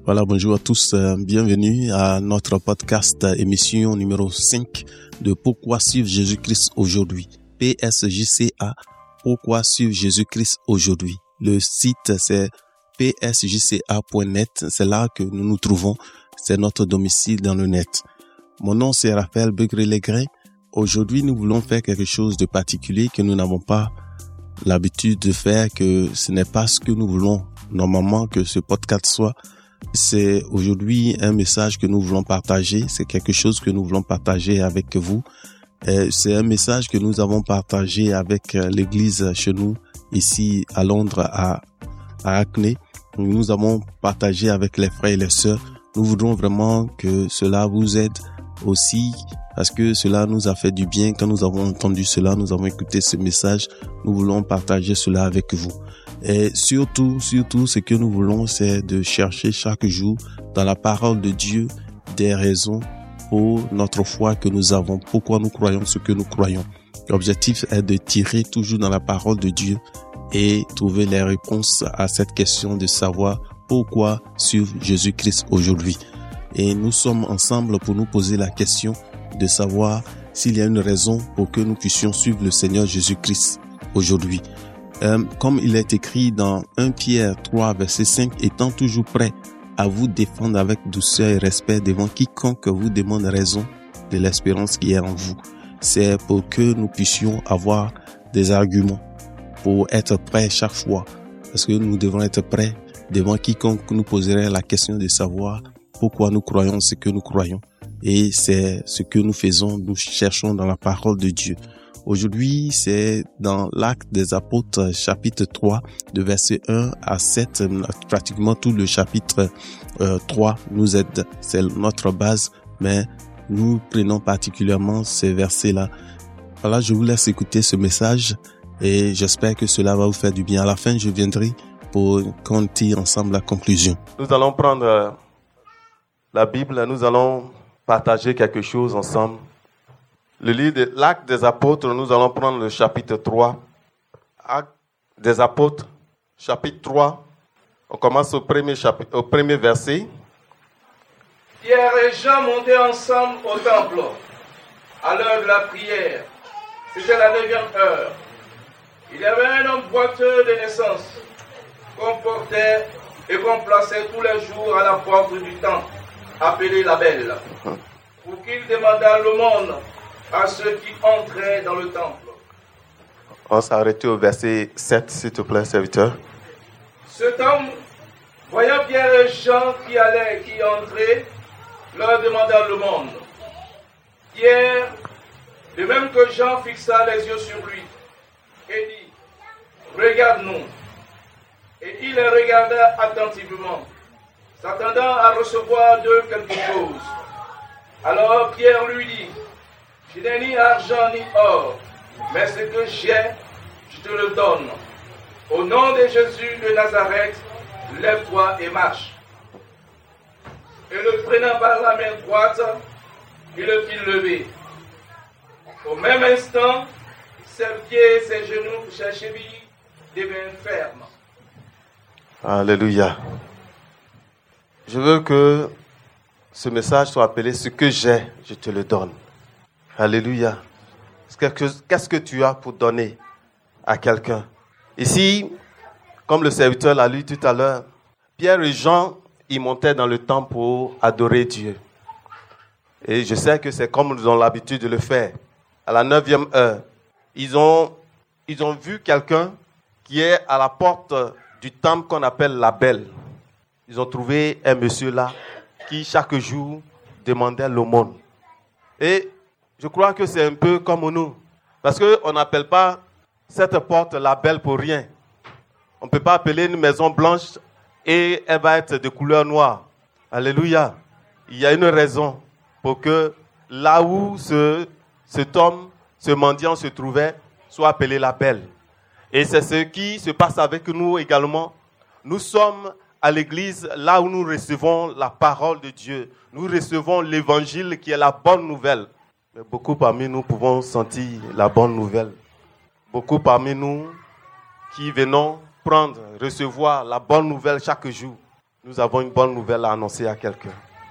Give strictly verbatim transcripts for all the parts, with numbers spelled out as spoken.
Voilà, bonjour à tous, euh, bienvenue à notre podcast euh, émission numéro cinq de Pourquoi suivre Jésus-Christ aujourd'hui. P S J C A, Pourquoi suivre Jésus-Christ aujourd'hui. Le site c'est p s j c a point net, c'est là que nous nous trouvons, c'est notre domicile dans le net. Mon nom c'est Raphaël Begré-Legré. Aujourd'hui nous voulons faire quelque chose de particulier que nous n'avons pas l'habitude de faire, que ce n'est pas ce que nous voulons normalement que ce podcast soit. C'est aujourd'hui un message que nous voulons partager, c'est quelque chose que nous voulons partager avec vous. Euh, c'est un message que nous avons partagé avec euh, l'église chez nous, ici à Londres, à, à Hackney. Nous avons partagé avec les frères et les sœurs. Nous voudrons vraiment que cela vous aide aussi, parce que cela nous a fait du bien. Quand nous avons entendu cela, nous avons écouté ce message, nous voulons partager cela avec vous. Et surtout, surtout, ce que nous voulons, c'est de chercher chaque jour dans la parole de Dieu des raisons pour notre foi que nous avons, pourquoi nous croyons ce que nous croyons. L'objectif est de tirer toujours dans la parole de Dieu et trouver les réponses à cette question de savoir pourquoi suivre Jésus-Christ aujourd'hui. Et nous sommes ensemble pour nous poser la question de savoir s'il y a une raison pour que nous puissions suivre le Seigneur Jésus-Christ aujourd'hui. Euh, comme il est écrit dans premier Pierre trois, verset cinq, étant toujours prêt à vous défendre avec douceur et respect devant quiconque vous demande raison de l'espérance qui est en vous. C'est pour que nous puissions avoir des arguments pour être prêts chaque fois. Parce que nous devons être prêts devant quiconque nous poserait la question de savoir pourquoi nous croyons ce que nous croyons. Et c'est ce que nous faisons, nous cherchons dans la parole de Dieu. Aujourd'hui, c'est dans l'Acte des Apôtres, chapitre trois, de verset un à sept, pratiquement tout le chapitre euh, trois nous aide. C'est notre base, mais nous prenons particulièrement ces versets-là. Voilà, je vous laisse écouter ce message et j'espère que cela va vous faire du bien. À la fin, je viendrai pour qu'on tire ensemble la conclusion. Nous allons prendre euh, la Bible, nous allons partager quelque chose ensemble. Le livre de l'Acte des Apôtres, nous allons prendre le chapitre trois. Acte des Apôtres, chapitre trois. On commence au premier, chapitre, au premier verset. Pierre et Jean montaient ensemble au temple à l'heure de la prière. C'était la neuvième heure. Il y avait un homme boiteux de naissance qu'on portait et qu'on plaçait tous les jours à la porte du temple, appelé la Belle, pour qu'il demandât l'aumône à ceux qui entraient dans le temple. On s'est arrêté au verset sept, s'il te plaît, serviteur. Cet homme, voyant Pierre et Jean qui allaient, qui entraient, leur demanda l'aumône. Pierre, de même que Jean, fixa les yeux sur lui et dit, « Regarde-nous. » Et il les regarda attentivement, s'attendant à recevoir d'eux quelque chose. Alors Pierre lui dit, « Je n'ai ni argent ni or, mais ce que j'ai, je te le donne. Au nom de Jésus de Nazareth, lève-toi et marche. » Et le prenant par la main droite, il le fit lever. Au même instant, ses pieds, ses genoux, ses chevilles devinrent fermes. Alléluia. Je veux que ce message soit appelé « Ce que j'ai, je te le donne ». Alléluia. Qu'est-ce que tu as pour donner à quelqu'un? Ici, comme le serviteur l'a lu tout à l'heure, Pierre et Jean, ils montaient dans le temple pour adorer Dieu. Et je sais que c'est comme ils ont l'habitude de le faire. À la neuvième heure, ils ont, ils ont vu quelqu'un qui est à la porte du temple qu'on appelle la Belle. Ils ont trouvé un monsieur là qui chaque jour demandait l'aumône. Et je crois que c'est un peu comme nous. Parce qu'on n'appelle pas cette porte la Belle pour rien. On ne peut pas appeler une maison blanche et elle va être de couleur noire. Alléluia. Il y a une raison pour que là où ce, cet homme, ce mendiant se trouvait, soit appelé la Belle. Et c'est ce qui se passe avec nous également. Nous sommes à l'église, là où nous recevons la parole de Dieu. Nous recevons l'évangile qui est la bonne nouvelle. Mais beaucoup parmi nous pouvons sentir la bonne nouvelle. Beaucoup parmi nous qui venons prendre, recevoir la bonne nouvelle chaque jour. nous avons une bonne nouvelle à annoncer à quelqu'un.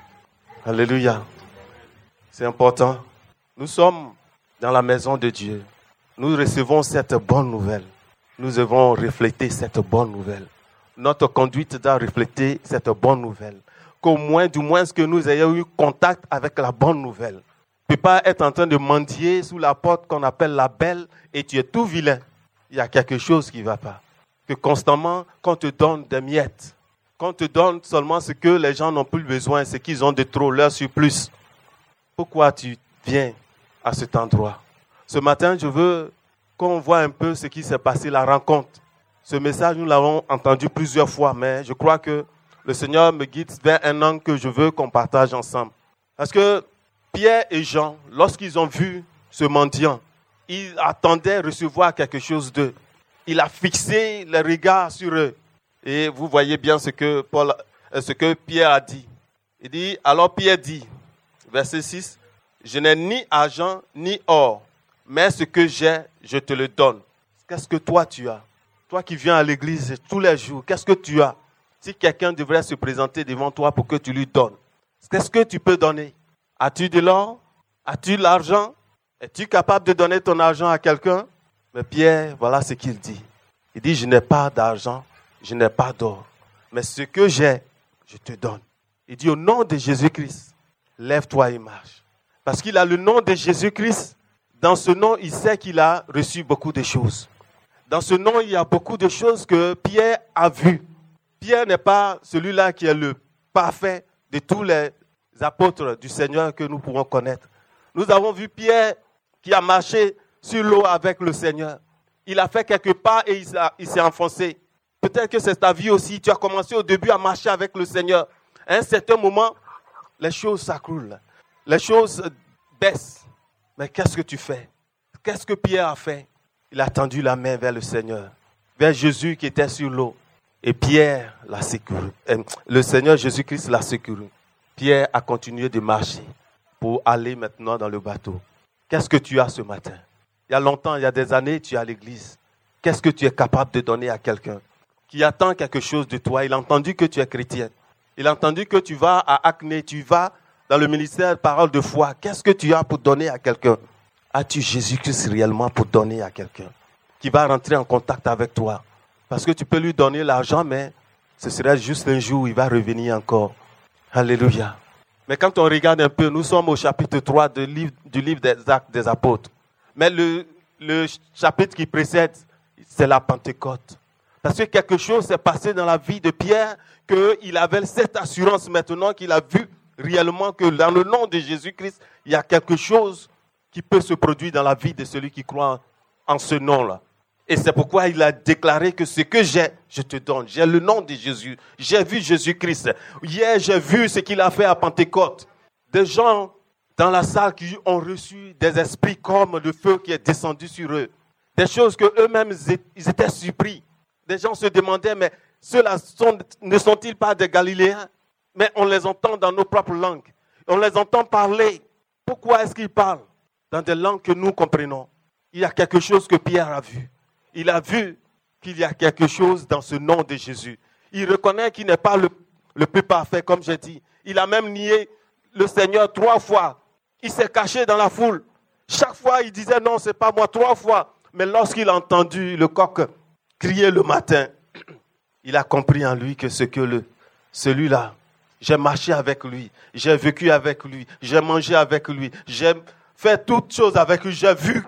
Alléluia. C'est important. Nous sommes dans la maison de Dieu. Nous recevons cette bonne nouvelle. Nous devons refléter cette bonne nouvelle. Notre conduite doit refléter cette bonne nouvelle. Qu'au moins, du moins, que nous ayons eu contact avec la bonne nouvelle. Tu ne peux pas être en train de mendier sous la porte qu'on appelle la belle et tu es tout vilain. Il y a quelque chose qui ne va pas. Que constamment, qu'on te donne des miettes, qu'on te donne seulement ce que les gens n'ont plus besoin, ce qu'ils ont de trop, leur surplus. Pourquoi tu viens à cet endroit? Ce matin, je veux qu'on voit un peu ce qui s'est passé, la rencontre. Ce message, nous l'avons entendu plusieurs fois, mais je crois que le Seigneur me guide vers un angle que je veux qu'on partage ensemble. Parce que Pierre et Jean, lorsqu'ils ont vu ce mendiant, ils attendaient recevoir quelque chose d'eux. Il a fixé les regards sur eux. Et vous voyez bien ce que, Paul, ce que Pierre a dit. Il dit, alors Pierre dit, verset six, « Je n'ai ni argent ni or, mais ce que j'ai, je te le donne. » Qu'est-ce que toi tu as? Toi qui viens à l'église tous les jours, qu'est-ce que tu as? Si quelqu'un devrait se présenter devant toi pour que tu lui donnes, qu'est-ce que tu peux donner? As-tu de l'or? As-tu de l'argent? Es-tu capable de donner ton argent à quelqu'un? Mais Pierre, voilà ce qu'il dit. Il dit, je n'ai pas d'argent, je n'ai pas d'or, mais ce que j'ai, je te donne. Il dit, au nom de Jésus-Christ, lève-toi et marche. Parce qu'il a le nom de Jésus-Christ. Dans ce nom, il sait qu'il a reçu beaucoup de choses. Dans ce nom, il y a beaucoup de choses que Pierre a vues. Pierre n'est pas celui-là qui est le parfait de tous les apôtres du Seigneur que nous pouvons connaître. Nous avons vu Pierre qui a marché sur l'eau avec le Seigneur. Il a fait quelques pas et il, il s'est enfoncé. Peut-être que c'est ta vie aussi. Tu as commencé au début à marcher avec le Seigneur. À un certain moment, les choses s'accroulent. Les choses baissent. Mais qu'est-ce que tu fais? Qu'est-ce que Pierre a fait? Il a tendu la main vers le Seigneur, vers Jésus qui était sur l'eau. Et Pierre l'a secouru. Le Seigneur Jésus-Christ l'a secouru. Pierre a continué de marcher pour aller maintenant dans le bateau. Qu'est-ce que tu as ce matin? Il y a longtemps, il y a des années, tu es à l'église. Qu'est-ce que tu es capable de donner à quelqu'un qui attend quelque chose de toi? Il a entendu que tu es chrétien. Il a entendu que tu vas à Acné, tu vas dans le ministère Parole de foi. Qu'est-ce que tu as pour donner à quelqu'un? As-tu Jésus-Christ réellement pour donner à quelqu'un qui va rentrer en contact avec toi? Parce que tu peux lui donner l'argent, mais ce serait juste un jour où il va revenir encore. Alléluia. Mais quand on regarde un peu, nous sommes au chapitre trois du livre, du livre des Actes des Apôtres. Mais le, le chapitre qui précède, c'est la Pentecôte. Parce que quelque chose s'est passé dans la vie de Pierre, qu'il avait cette assurance maintenant qu'il a vu réellement que dans le nom de Jésus-Christ, il y a quelque chose qui peut se produire dans la vie de celui qui croit en ce nom-là. Et c'est pourquoi il a déclaré que ce que j'ai, je te donne. J'ai le nom de Jésus. J'ai vu Jésus-Christ. Hier, j'ai vu ce qu'il a fait à Pentecôte. Des gens dans la salle qui ont reçu des esprits comme le feu qui est descendu sur eux. Des choses que eux-mêmes, ils étaient surpris. Des gens se demandaient, mais ceux-là sont, ne sont-ils pas des Galiléens? Mais on les entend dans nos propres langues. On les entend parler. Pourquoi est-ce qu'ils parlent? Dans des langues que nous comprenons. Il y a quelque chose que Pierre a vu. Il a vu qu'il y a quelque chose dans ce nom de Jésus. Il reconnaît qu'il n'est pas le, le plus parfait, comme j'ai dit. Il a même nié le Seigneur trois fois. Il s'est caché dans la foule. Chaque fois, il disait non, c'est pas moi, trois fois. Mais lorsqu'il a entendu le coq crier le matin, il a compris en lui que ce que le, celui-là, j'ai marché avec lui, j'ai vécu avec lui, j'ai mangé avec lui, j'ai fait toutes choses avec lui, j'ai vu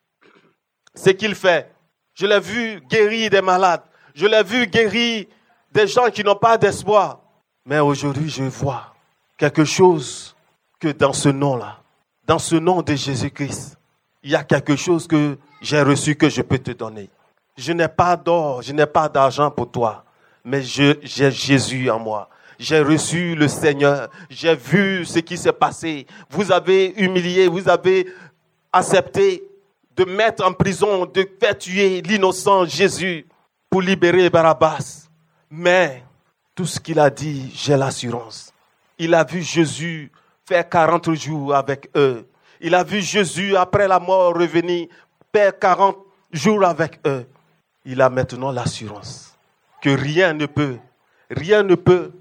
ce qu'il fait. Je l'ai vu guérir des malades. Je l'ai vu guérir des gens qui n'ont pas d'espoir. Mais aujourd'hui, je vois quelque chose que dans ce nom-là, dans ce nom de Jésus-Christ, il y a quelque chose que j'ai reçu que je peux te donner. Je n'ai pas d'or, je n'ai pas d'argent pour toi, mais je, j'ai Jésus en moi. J'ai reçu le Seigneur. J'ai vu ce qui s'est passé. Vous avez humilié, vous avez accepté de mettre en prison, de faire tuer l'innocent Jésus pour libérer Barabbas. Mais tout ce qu'il a dit, j'ai l'assurance. Il a vu Jésus faire quarante jours avec eux. Il a vu Jésus, après la mort, revenir, faire quarante jours avec eux. Il a maintenant l'assurance que rien ne peut, rien ne peut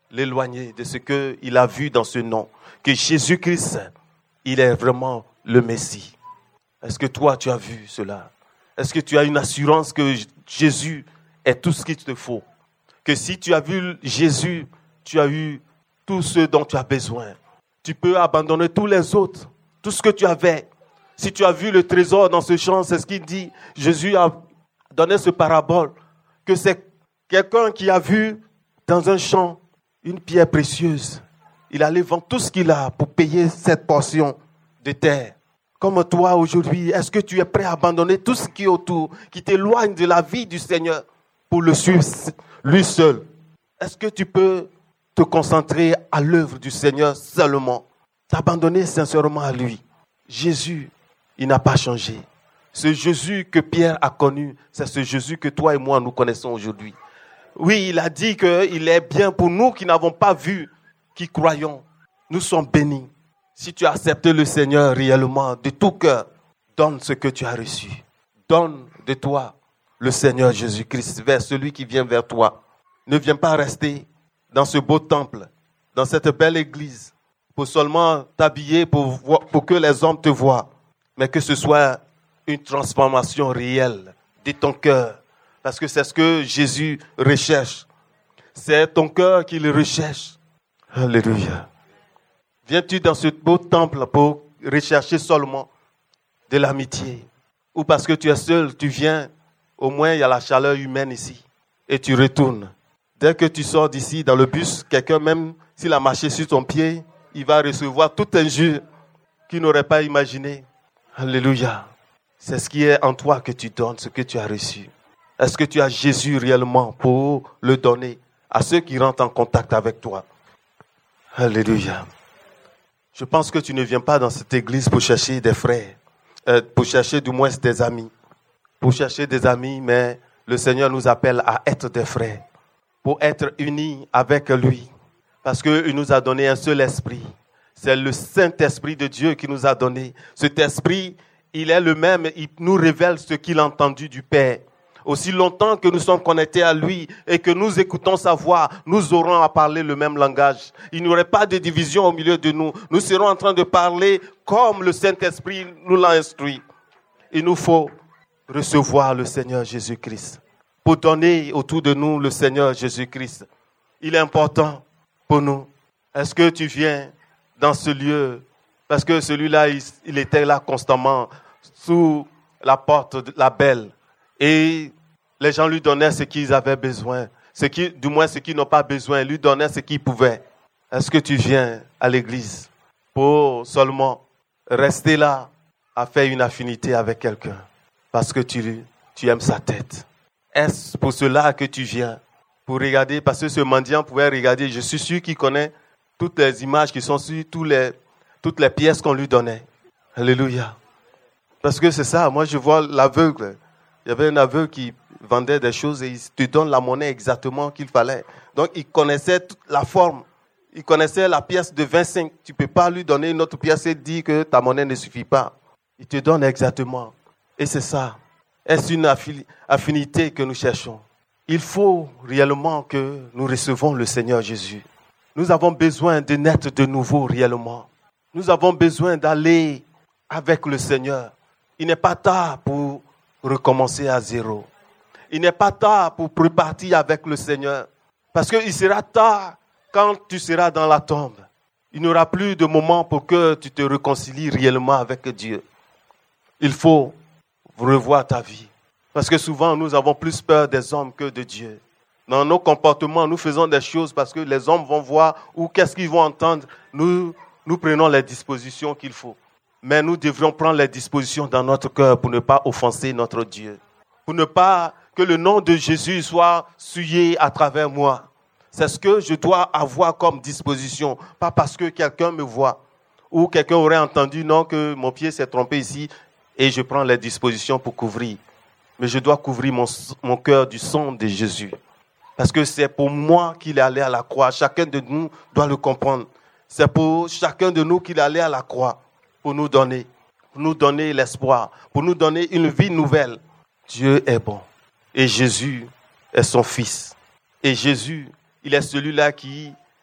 l'éloigner de ce qu'il a vu dans ce nom. Que Jésus-Christ, il est vraiment le Messie. Est-ce que toi, tu as vu cela? Est-ce que tu as une assurance que Jésus est tout ce qu'il te faut? Que si tu as vu Jésus, tu as eu tout ce dont tu as besoin. Tu peux abandonner tous les autres, tout ce que tu avais. Si tu as vu le trésor dans ce champ, c'est ce qu'il dit. Jésus a donné ce parabole, que c'est quelqu'un qui a vu dans un champ une pierre précieuse. Il allait vendre tout ce qu'il a pour payer cette portion de terre. Comme toi aujourd'hui, est-ce que tu es prêt à abandonner tout ce qui est autour, qui t'éloigne de la vie du Seigneur pour le suivre lui seul? Est-ce que tu peux te concentrer à l'œuvre du Seigneur seulement, t'abandonner sincèrement à lui? Jésus, il n'a pas changé. Ce Jésus que Pierre a connu, c'est ce Jésus que toi et moi nous connaissons aujourd'hui. Oui, il a dit qu'il est bien pour nous qui n'avons pas vu, qui croyons. Nous sommes bénis. Si tu acceptes le Seigneur réellement, de tout cœur, donne ce que tu as reçu. Donne de toi le Seigneur Jésus-Christ vers celui qui vient vers toi. Ne viens pas rester dans ce beau temple, dans cette belle église, pour seulement t'habiller, pour, pour que les hommes te voient, mais que ce soit une transformation réelle de ton cœur. Parce que c'est ce que Jésus recherche. C'est ton cœur qu'il recherche. Alléluia. Viens-tu dans ce beau temple pour rechercher seulement de l'amitié? Ou parce que tu es seul, tu viens, au moins il y a la chaleur humaine ici, et tu retournes. Dès que tu sors d'ici, dans le bus, quelqu'un, même s'il a marché sur ton pied, il va recevoir toute injure qu'il n'aurait pas imaginé. Alléluia. C'est ce qui est en toi que tu donnes, ce que tu as reçu. Est-ce que tu as Jésus réellement pour le donner à ceux qui rentrent en contact avec toi? Alléluia. Je pense que tu ne viens pas dans cette église pour chercher des frères, euh, pour chercher du moins des amis. Pour chercher des amis, mais le Seigneur nous appelle à être des frères, pour être unis avec lui. Parce qu'il nous a donné un seul esprit. C'est le Saint-Esprit de Dieu qui nous a donné. Cet esprit, il est le même, il nous révèle ce qu'il a entendu du Père. Aussi longtemps que nous sommes connectés à lui et que nous écoutons sa voix, nous aurons à parler le même langage. Il n'y aurait pas de division au milieu de nous. Nous serons en train de parler comme le Saint-Esprit nous l'a instruit. Il nous faut recevoir le Seigneur Jésus-Christ. Pour donner autour de nous le Seigneur Jésus-Christ. Il est important pour nous. Est-ce que tu viens dans ce lieu? Parce que celui-là, il, il était là constamment sous la porte de la belle. Et les gens lui donnaient ce qu'ils avaient besoin. Ce qui, du moins ce qu'ils n'ont pas besoin. Ils lui donnaient ce qu'ils pouvaient. Est-ce que tu viens à l'église pour seulement rester là à faire une affinité avec quelqu'un? Parce que tu, tu aimes sa tête. Est-ce pour cela que tu viens? Pour regarder, parce que ce mendiant pouvait regarder. Je suis sûr qu'il connaît toutes les images qui sont sur tous les, toutes les pièces qu'on lui donnait. Alléluia. Parce que c'est ça. Moi, je vois l'aveugle. Il y avait un aveugle qui vendait des choses et il te donne la monnaie exactement qu'il fallait. Donc, il connaissait toute la forme. Il connaissait la pièce de vingt-cinq. Tu ne peux pas lui donner une autre pièce et dire que ta monnaie ne suffit pas. Il te donne exactement. Et c'est ça. Est-ce une affinité que nous cherchons? Il faut réellement que nous recevons le Seigneur Jésus. Nous avons besoin de naître de nouveau réellement. Nous avons besoin d'aller avec le Seigneur. Il n'est pas tard pour recommencer à zéro. Il n'est pas tard pour repartir avec le Seigneur. Parce qu'il sera tard quand tu seras dans la tombe. Il n'y aura plus de moment pour que tu te réconcilies réellement avec Dieu. Il faut revoir ta vie. Parce que souvent, nous avons plus peur des hommes que de Dieu. Dans nos comportements, nous faisons des choses parce que les hommes vont voir ou qu'est-ce qu'ils vont entendre. Nous, nous prenons les dispositions qu'il faut. Mais nous devrions prendre les dispositions dans notre cœur pour ne pas offenser notre Dieu. Pour ne pas que le nom de Jésus soit souillé à travers moi. C'est ce que je dois avoir comme disposition. Pas parce que quelqu'un me voit ou quelqu'un aurait entendu non que mon pied s'est trompé ici et je prends les dispositions pour couvrir. Mais je dois couvrir mon, mon cœur du sang de Jésus. Parce que c'est pour moi qu'il est allé à la croix. Chacun de nous doit le comprendre. C'est pour chacun de nous qu'il est allé à la croix. Pour nous donner, pour nous donner l'espoir, pour nous donner une vie nouvelle. Dieu est bon. Et Jésus est son Fils. Et Jésus, il est celui-là qui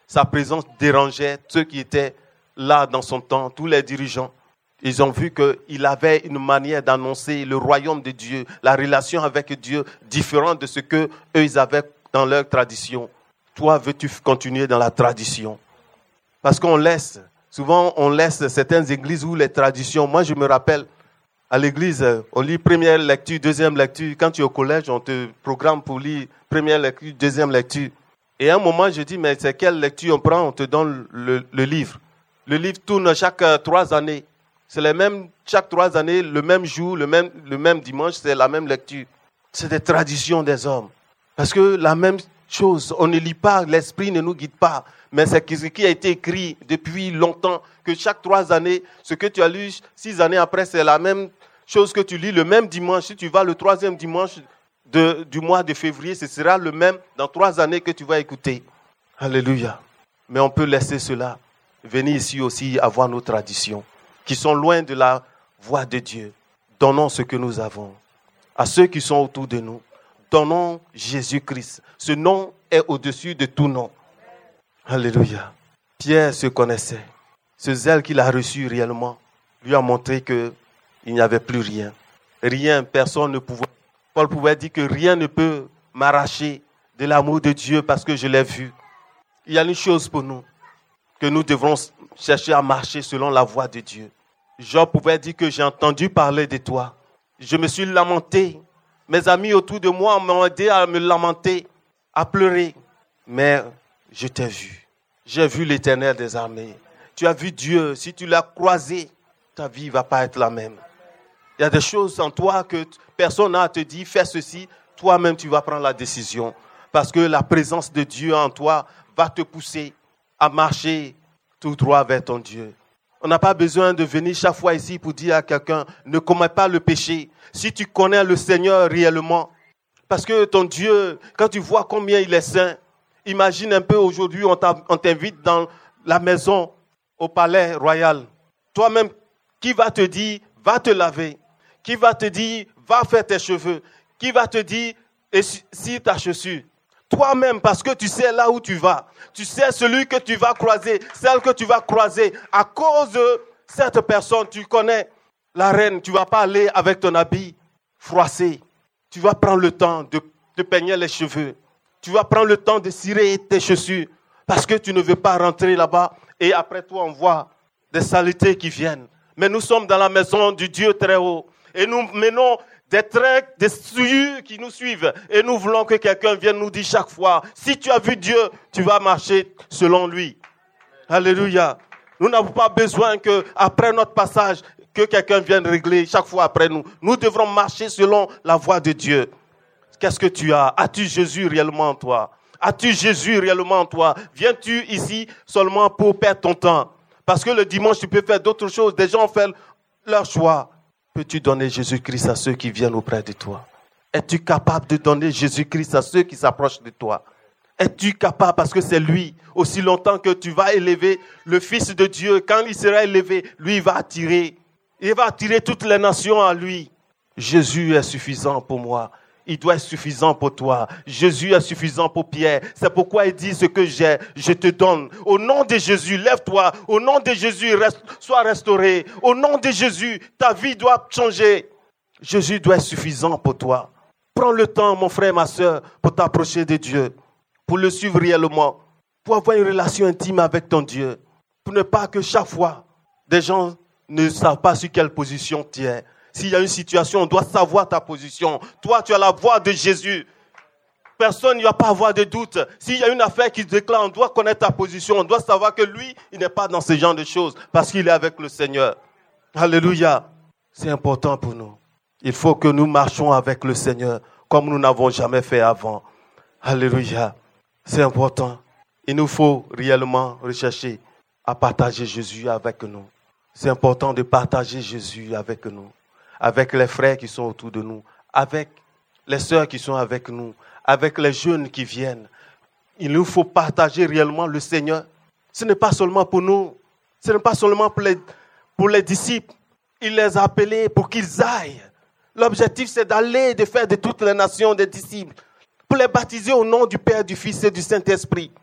Sa présence dérangeait ceux qui étaient là dans son temps, tous les dirigeants. Ils ont vu qu'il avait une manière d'annoncer le royaume de Dieu, la relation avec Dieu différente de ce qu'eux, ils avaient dans leur tradition. Toi, veux-tu continuer dans la tradition? Parce qu'on laisse, souvent on laisse certaines églises où les traditions, moi je me rappelle, à l'église, on lit première lecture, deuxième lecture. Quand tu es au collège, on te programme pour lire première lecture, deuxième lecture. Et à un moment, je dis, mais c'est quelle lecture on prend? On te donne le, le livre. Le livre tourne chaque euh, trois années. C'est les mêmes, chaque trois années, le même jour, le même, le même dimanche, c'est la même lecture. C'est des traditions des hommes. Parce que la même chose, on ne lit pas, l'esprit ne nous guide pas. Mais c'est ce qui a été écrit depuis longtemps, que chaque trois années, ce que tu as lu six années après, c'est la même chose que tu lis le même dimanche. Si tu vas le troisième dimanche de, du mois de février, ce sera le même dans trois années que tu vas écouter. Alléluia. Mais on peut laisser cela. Venir ici aussi avoir nos traditions, qui sont loin de la voix de Dieu. Donnons ce que nous avons. À ceux qui sont autour de nous, donnons Jésus-Christ. Ce nom est au-dessus de tout nom. Alléluia. Pierre se connaissait. Ce zèle qu'il a reçu réellement lui a montré qu'il n'y avait plus rien. Rien, personne ne pouvait. Paul pouvait dire que rien ne peut m'arracher de l'amour de Dieu parce que je l'ai vu. Il y a une chose pour nous, que nous devrons chercher à marcher selon la voie de Dieu. Job pouvait dire que j'ai entendu parler de toi. Je me suis lamenté. Mes amis autour de moi m'ont aidé à me lamenter, à pleurer. Mais je t'ai vu. J'ai vu l'Éternel des armées. Tu as vu Dieu. Si tu l'as croisé, ta vie ne va pas être la même. Il y a des choses en toi que personne n'a à te dire, fais ceci. Toi-même, tu vas prendre la décision. Parce que la présence de Dieu en toi va te pousser à marcher tout droit vers ton Dieu. On n'a pas besoin de venir chaque fois ici pour dire à quelqu'un, ne commets pas le péché. Si tu connais le Seigneur réellement, parce que ton Dieu, quand tu vois combien il est saint, imagine un peu aujourd'hui, on t'invite dans la maison, au palais royal. Toi-même, qui va te dire, va te laver? Qui va te dire, va faire tes cheveux? Qui va te dire, essuie ta chaussure? Toi-même, parce que tu sais là où tu vas. Tu sais celui que tu vas croiser, celle que tu vas croiser. À cause de cette personne, tu connais la reine. Tu ne vas pas aller avec ton habit froissé. Tu vas prendre le temps de, de peigner les cheveux. Tu vas prendre le temps de cirer tes chaussures. Parce que tu ne veux pas rentrer là-bas. Et après toi, on voit des saletés qui viennent. Mais nous sommes dans la maison du Dieu très haut. Et nous menons des traits, des souillures qui nous suivent. Et nous voulons que quelqu'un vienne nous dire chaque fois, si tu as vu Dieu, tu vas marcher selon lui. Alléluia. Nous n'avons pas besoin que, après notre passage, que quelqu'un vienne régler chaque fois après nous. Nous devrons marcher selon la voie de Dieu. Qu'est-ce que tu as? As-tu Jésus réellement en toi? As-tu Jésus réellement en toi? Viens-tu ici seulement pour perdre ton temps? Parce que le dimanche, tu peux faire d'autres choses. Des gens ont fait leur choix. Peux-tu donner Jésus-Christ à ceux qui viennent auprès de toi? Es-tu capable de donner Jésus-Christ à ceux qui s'approchent de toi? Es-tu capable, parce que c'est lui, aussi longtemps que tu vas élever le Fils de Dieu, quand il sera élevé, lui il va attirer, il va attirer toutes les nations à lui. Jésus est suffisant pour moi. Il doit être suffisant pour toi. Jésus est suffisant pour Pierre. C'est pourquoi il dit ce que j'ai, je te donne. Au nom de Jésus, lève-toi. Au nom de Jésus, reste, sois restauré. Au nom de Jésus, ta vie doit changer. Jésus doit être suffisant pour toi. Prends le temps, mon frère, ma soeur, pour t'approcher de Dieu, pour le suivre réellement, pour avoir une relation intime avec ton Dieu, pour ne pas que chaque fois, des gens ne savent pas sur quelle position tu es. S'il y a une situation, on doit savoir ta position. Toi, tu as la voix de Jésus. Personne ne va pas avoir de doute. S'il y a une affaire qui se déclare, on doit connaître ta position. On doit savoir que lui, il n'est pas dans ce genre de choses parce qu'il est avec le Seigneur. Alléluia. C'est important pour nous. Il faut que nous marchions avec le Seigneur comme nous n'avons jamais fait avant. Alléluia. C'est important. Il nous faut réellement rechercher à partager Jésus avec nous. C'est important de partager Jésus avec nous. Avec les frères qui sont autour de nous, avec les sœurs qui sont avec nous, avec les jeunes qui viennent. Il nous faut partager réellement le Seigneur. Ce n'est pas seulement pour nous, ce n'est pas seulement pour les, pour les disciples. Il les a appelés pour qu'ils aillent. L'objectif, c'est d'aller, de faire de toutes les nations des disciples, pour les baptiser au nom du Père, du Fils et du Saint-Esprit.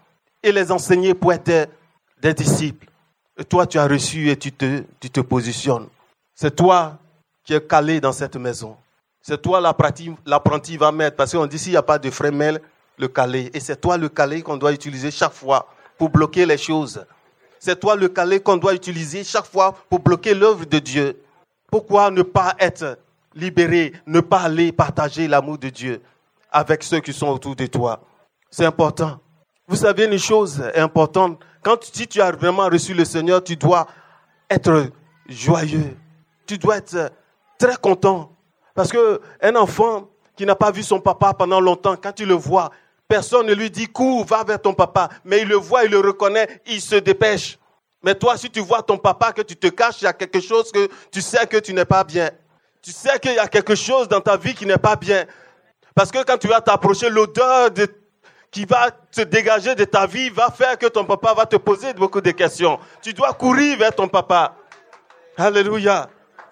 et les enseigner pour être des, des disciples. Et toi, tu as reçu et tu te, tu te positionnes. C'est toi qui es calé dans cette maison. C'est toi l'apprenti, l'apprenti va mettre. Parce qu'on dit s'il n'y a pas de frère, mets le calé. Et c'est toi le calé qu'on doit utiliser chaque fois pour bloquer les choses. C'est toi le calé qu'on doit utiliser chaque fois pour bloquer l'œuvre de Dieu. Pourquoi ne pas être libéré, ne pas aller partager l'amour de Dieu avec ceux qui sont autour de toi? C'est important. Vous savez, une chose importante, quand si tu as vraiment reçu le Seigneur, tu dois être joyeux. Tu dois être très content. Parce qu'un enfant qui n'a pas vu son papa pendant longtemps, quand tu le vois, personne ne lui dit « cours, va vers ton papa ». Mais il le voit, il le reconnaît, il se dépêche. Mais toi, si tu vois ton papa, que tu te caches, il y a quelque chose que tu sais que tu n'es pas bien. Tu sais qu'il y a quelque chose dans ta vie qui n'est pas bien. Parce que quand tu vas t'approcher, l'odeur de, qui va se dégager de ta vie va faire que ton papa va te poser beaucoup de questions. Tu dois courir vers ton papa. Alléluia.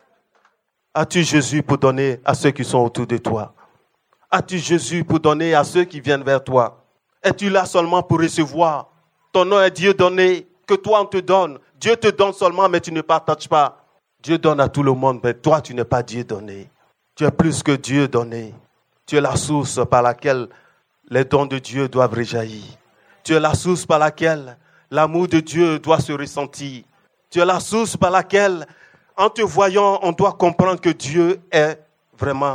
As-tu Jésus pour donner à ceux qui sont autour de toi? As-tu Jésus pour donner à ceux qui viennent vers toi? Es-tu là seulement pour recevoir? Ton nom est Dieu donné, que toi on te donne. Dieu te donne seulement, mais tu ne partages pas. Dieu donne à tout le monde, mais toi tu n'es pas Dieu donné. Tu es plus que Dieu donné. Tu es la source par laquelle les dons de Dieu doivent rejaillir. Tu es la source par laquelle l'amour de Dieu doit se ressentir. Tu es la source par laquelle, en te voyant, on doit comprendre que Dieu est vraiment,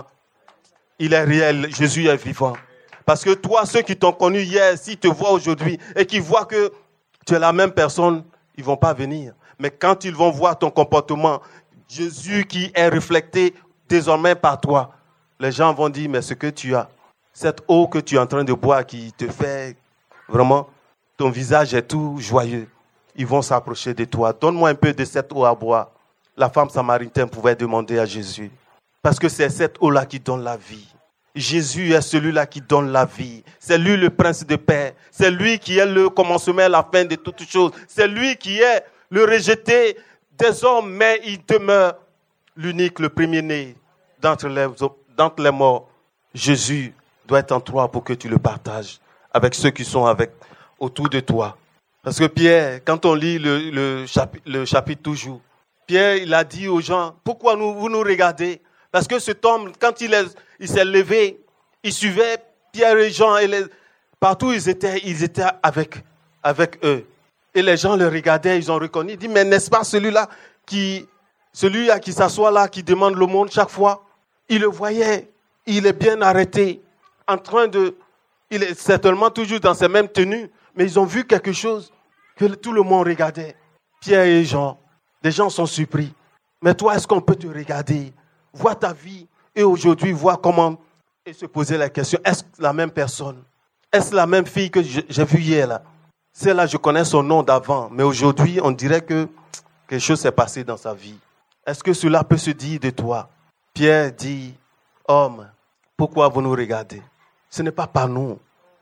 il est réel, Jésus est vivant. Parce que toi, ceux qui t'ont connu hier, s'ils te voient aujourd'hui et qui voient que tu es la même personne, ils ne vont pas venir. Mais quand ils vont voir ton comportement, Jésus qui est reflété désormais par toi, les gens vont dire, mais ce que tu as, cette eau que tu es en train de boire qui te fait vraiment, ton visage est tout joyeux. Ils vont s'approcher de toi. Donne-moi un peu de cette eau à boire. La femme samaritaine pouvait demander à Jésus. Parce que c'est cette eau-là qui donne la vie. Jésus est celui-là qui donne la vie. C'est lui le prince de paix. C'est lui qui est le commencement et la fin de toutes choses. C'est lui qui est le rejeté des hommes, mais il demeure l'unique, le premier-né d'entre les, d'entre les morts. Jésus doit être en toi pour que tu le partages avec ceux qui sont avec, autour de toi. Parce que Pierre, quand on lit le, le, chapitre, le chapitre toujours, Pierre, il a dit aux gens, pourquoi nous, vous nous regardez? Parce que cet homme, quand il, est, il s'est levé, il suivait Pierre et Jean, et les, partout ils étaient, ils étaient avec, avec eux. Et les gens le regardaient, ils ont reconnu, ils disent, mais n'est-ce pas celui-là qui, celui-là qui s'assoit là, qui demande le monde chaque fois? Il le voyait, il est bien arrêté, en train de, il est certainement toujours dans ses mêmes tenues, mais ils ont vu quelque chose que tout le monde regardait. Pierre et Jean, les gens sont surpris. Mais toi, est-ce qu'on peut te regarder, voir ta vie et aujourd'hui voir comment, et se poser la question, est-ce la même personne? Est-ce la même fille que j'ai vue hier là? Celle-là, je connais son nom d'avant, mais aujourd'hui, on dirait que quelque chose s'est passé dans sa vie. Est-ce que cela peut se dire de toi? Pierre dit, homme, pourquoi vous nous regardez? Ce n'est pas par nous.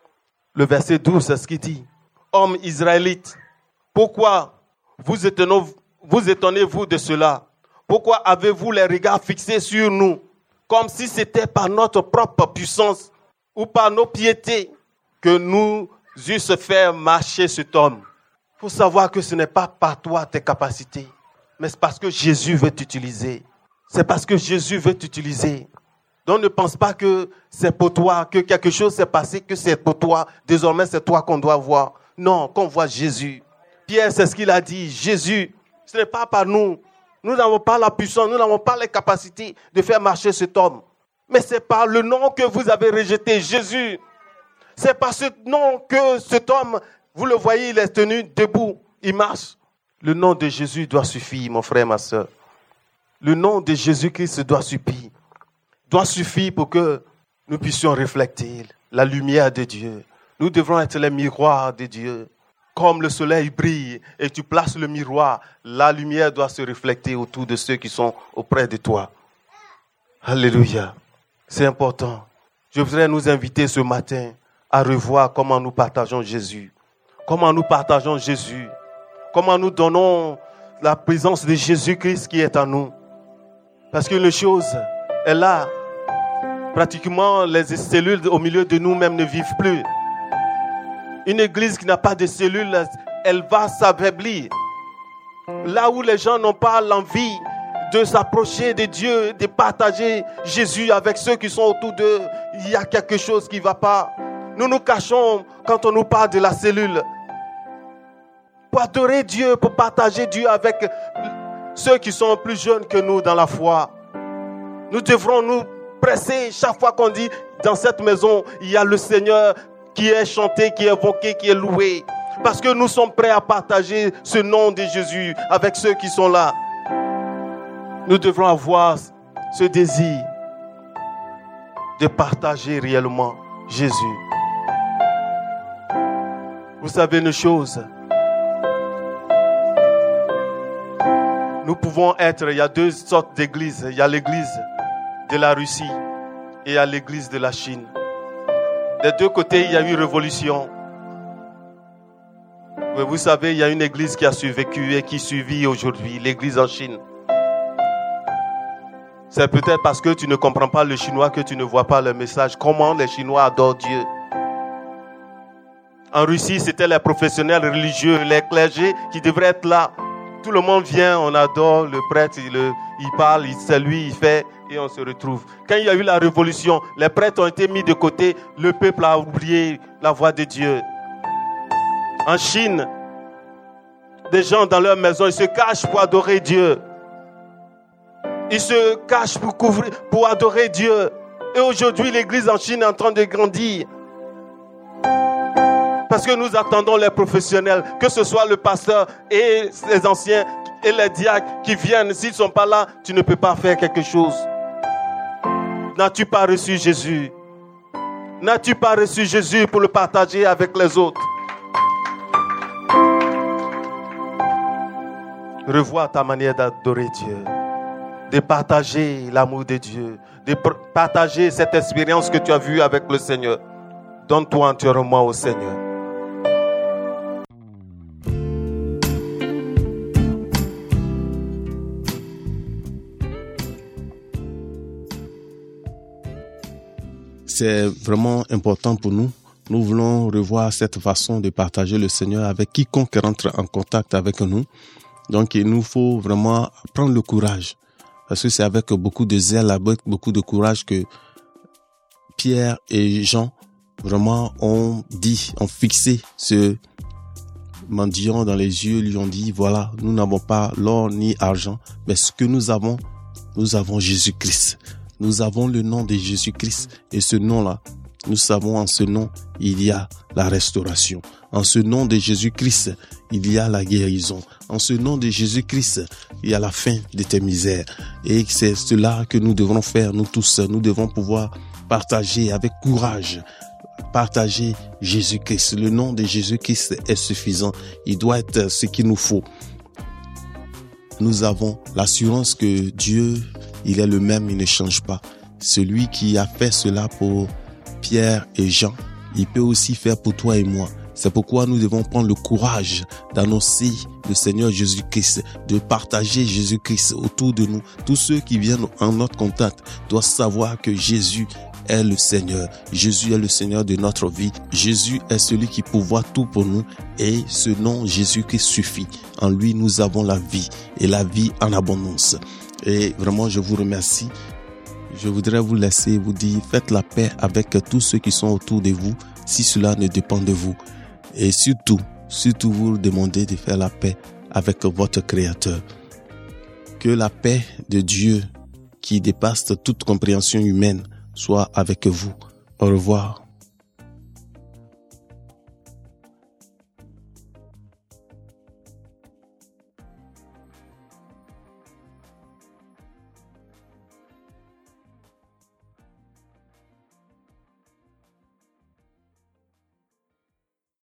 Le verset douze, c'est ce qu'il dit. Homme israélite, pourquoi vous étonnez, vous étonnez-vous de cela? Pourquoi avez-vous les regards fixés sur nous, comme si c'était par notre propre puissance ou par nos piétés que nous eussent fait marcher cet homme? Il faut savoir que ce n'est pas par toi tes capacités, mais c'est parce que Jésus veut t'utiliser. C'est parce que Jésus veut t'utiliser. Donc ne pense pas que c'est pour toi, que quelque chose s'est passé, que c'est pour toi. Désormais, c'est toi qu'on doit voir. Non, qu'on voit Jésus. Pierre, c'est ce qu'il a dit. Jésus, ce n'est pas par nous. Nous n'avons pas la puissance, nous n'avons pas les capacités de faire marcher cet homme. Mais c'est par le nom que vous avez rejeté, Jésus. C'est par ce nom que cet homme, vous le voyez, il est tenu debout, il marche. Le nom de Jésus doit suffire, mon frère, ma soeur. Le nom de Jésus-Christ doit suffire. Doit suffire pour que nous puissions refléter la lumière de Dieu. Nous devrons être les miroirs de Dieu. Comme le soleil brille et tu places le miroir, la lumière doit se refléter autour de ceux qui sont auprès de toi. Alléluia. C'est important. Je voudrais nous inviter ce matin à revoir comment nous partageons Jésus. Comment nous partageons Jésus. Comment nous donnons la présence de Jésus-Christ qui est en nous. Parce qu'une chose est là. Pratiquement, les cellules au milieu de nous-mêmes ne vivent plus. Une église qui n'a pas de cellules, elle va s'affaiblir. Là où les gens n'ont pas l'envie de s'approcher de Dieu, de partager Jésus avec ceux qui sont autour d'eux, il y a quelque chose qui ne va pas. Nous nous cachons quand on nous parle de la cellule. Pour adorer Dieu, pour partager Dieu avec ceux qui sont plus jeunes que nous dans la foi. Nous devrons nous presser chaque fois qu'on dit dans cette maison, il y a le Seigneur qui est chanté, qui est évoqué, qui est loué. Parce que nous sommes prêts à partager ce nom de Jésus avec ceux qui sont là. Nous devrons avoir ce désir de partager réellement Jésus. Vous savez une chose, nous pouvons être, il y a deux sortes d'églises. Il y a l'église de la Russie et il y a l'église de la Chine. Des deux côtés, il y a eu révolution. Mais vous savez, il y a une église qui a survécu et qui survit aujourd'hui, l'église en Chine. C'est peut-être parce que tu ne comprends pas le chinois que tu ne vois pas le message. Comment les Chinois adorent Dieu. En Russie, c'était les professionnels religieux, les clergés qui devraient être là. Tout le monde vient, on adore le prêtre, il, il parle, c'est lui, il fait, et on se retrouve. Quand il y a eu la révolution, les prêtres ont été mis de côté, le peuple a oublié la voix de Dieu. En Chine, des gens dans leur maison, ils se cachent pour adorer Dieu. Ils se cachent pour, couvrir, pour adorer Dieu. Et aujourd'hui, l'église en Chine est en train de grandir. Parce que nous attendons les professionnels, que ce soit le pasteur et les anciens et les diacres qui viennent. S'ils ne sont pas là, tu ne peux pas faire quelque chose. N'as-tu pas reçu Jésus? N'as-tu pas reçu Jésus pour le partager avec les autres? Revois ta manière d'adorer Dieu, de partager l'amour de Dieu, de partager cette expérience que tu as vue avec le Seigneur. Donne-toi entièrement au Seigneur. C'est vraiment important pour nous. Nous voulons revoir cette façon de partager le Seigneur avec quiconque rentre en contact avec nous. Donc, il nous faut vraiment prendre le courage. Parce que c'est avec beaucoup de zèle, avec beaucoup de courage que Pierre et Jean vraiment ont dit, ont fixé ce mendiant dans les yeux, lui ont dit, voilà, nous n'avons pas l'or ni argent, mais ce que nous avons, nous avons Jésus-Christ. Nous avons le nom de Jésus-Christ et ce nom-là, nous savons en ce nom, il y a la restauration. En ce nom de Jésus-Christ, il y a la guérison. En ce nom de Jésus-Christ, il y a la fin de tes misères. Et c'est cela que nous devrons faire, nous tous. Nous devons pouvoir partager avec courage, partager Jésus-Christ. Le nom de Jésus-Christ est suffisant. Il doit être ce qu'il nous faut. Nous avons l'assurance que Dieu, il est le même, il ne change pas. Celui qui a fait cela pour Pierre et Jean, il peut aussi faire pour toi et moi. C'est pourquoi nous devons prendre le courage d'annoncer le Seigneur Jésus-Christ, de partager Jésus-Christ autour de nous. Tous ceux qui viennent en notre contact doivent savoir que Jésus est le Seigneur. Jésus est le Seigneur de notre vie. Jésus est celui qui pourvoit tout pour nous et ce nom Jésus-Christ suffit. En lui, nous avons la vie et la vie en abondance. Et vraiment, je vous remercie. Je voudrais vous laisser vous dire, faites la paix avec tous ceux qui sont autour de vous, si cela ne dépend de vous. Et surtout, surtout vous demandez de faire la paix avec votre Créateur. Que la paix de Dieu, qui dépasse toute compréhension humaine, soit avec vous. Au revoir.